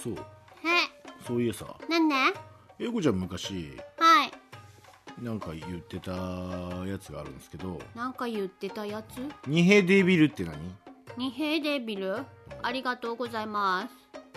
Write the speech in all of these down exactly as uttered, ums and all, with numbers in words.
そう。 はい。 そういえさ、 なんで？ 英子ちゃん昔はい。 なんか言ってたやつがあるんですけど、 なんか言ってたやつ？ 二平デビルって何？ 二平デビル？ありがとうございます。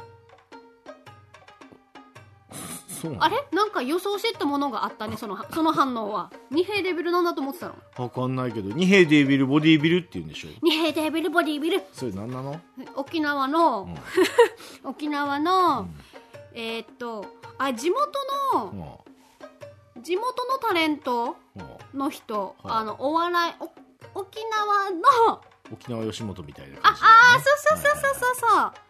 そうなの？ あれ？なんか予想してたものがあったね、そのその反応は。二平デビルなんだと思ってたの？ わかんないけど、二平デビルボディビルって言うんでしょ。 二平デビルボディビル。 それ何なの？ 沖縄の、 うん沖縄の、 うん、 えー、っとあ地元の、 うん、 地元のタレントの人、 はい、 あのお笑いお沖縄の沖縄吉本みたいなあ感じだね。 あそうそうそうそうそうそう、はいはい、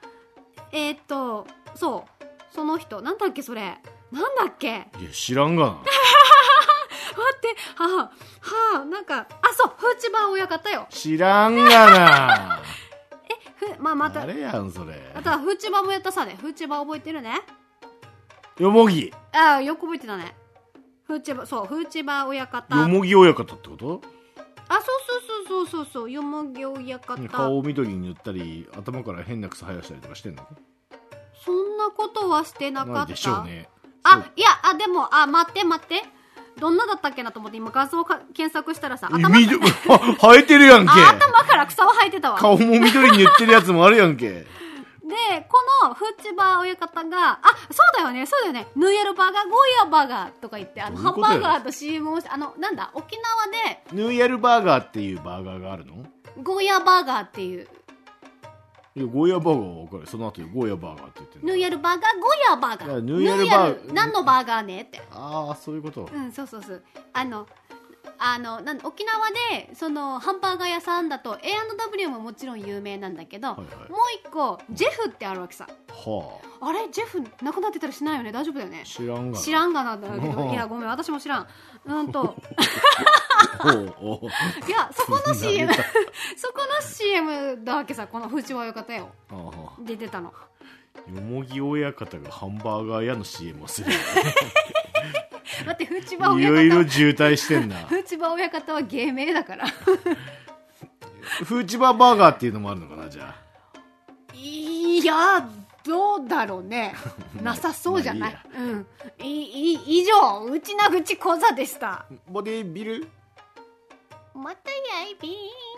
えー、っとそうその人なんだっけそれなんだっけ。いや知らんがな。 待ってはあはあなんかあそうフーチバー親方よ。 知らんがな。 えふまあまたあれやんそれ。 あとはフーチバーもやったさね。フーチバー覚えてるね。 よもぎ。 ああよく覚えてたね。フーチバーそうフーチバー親方。 よもぎ親方ってこと？ あそうそうそうそうそうそうよもぎ親方。 顔を緑に塗ったり頭から変な草生やしたりとかしてんの？ そんなことはしてなかった。 ないでしょうね。 あいやあでもあ待って待ってどんなだったっけなと思って今画像か検索したらさ頭から生えてるやんけ。 頭から草は生えてたわ。 顔も緑に塗ってるやつもあるやんけ。 でこのフッチバー親方があそうだよねそうだよねヌーエルバーガーゴーヤーバーガーとか言ってあのハンバーガーと シーエム をしてあのなんだ沖縄でヌーヤルバーガーっていうバーガーがあるの？ ゴーヤーバーガーっていういやゴーヤーバーガーは分かる。その後にゴーヤーバーガーって言ってるヌーエルバーガーゴーヤーバーガー。 ヌーヤルバーガー何のバーガーねって。 ああそういうこと。 うんそうそうそうあのあのなん沖縄でそのハンバーガー屋さんだと エーアンドダブリュー ももちろん有名なんだけど、はいはい、もう一個ジェフってあるわけさ。はあ、あれジェフなくなってたりしないよね。大丈夫だよね。 知らんがな知らんがなだけどいやごめん私も知らんうんといやそこの シーエム そこの シーエム だわけさ。このフーチバー親方よ出てたの。 よもぎ親方がハンバーガー屋の シーエム をする待ってフーチバー親方いろいろ渋滞してんな。 フーチバー親方は芸名だからフーチバーバーガーっていうのもあるのかな。じゃあいやどうだろうねなさそうじゃない。まあ、いいうんいい以上内名口講座でした。 ボディビルまたやいびーん。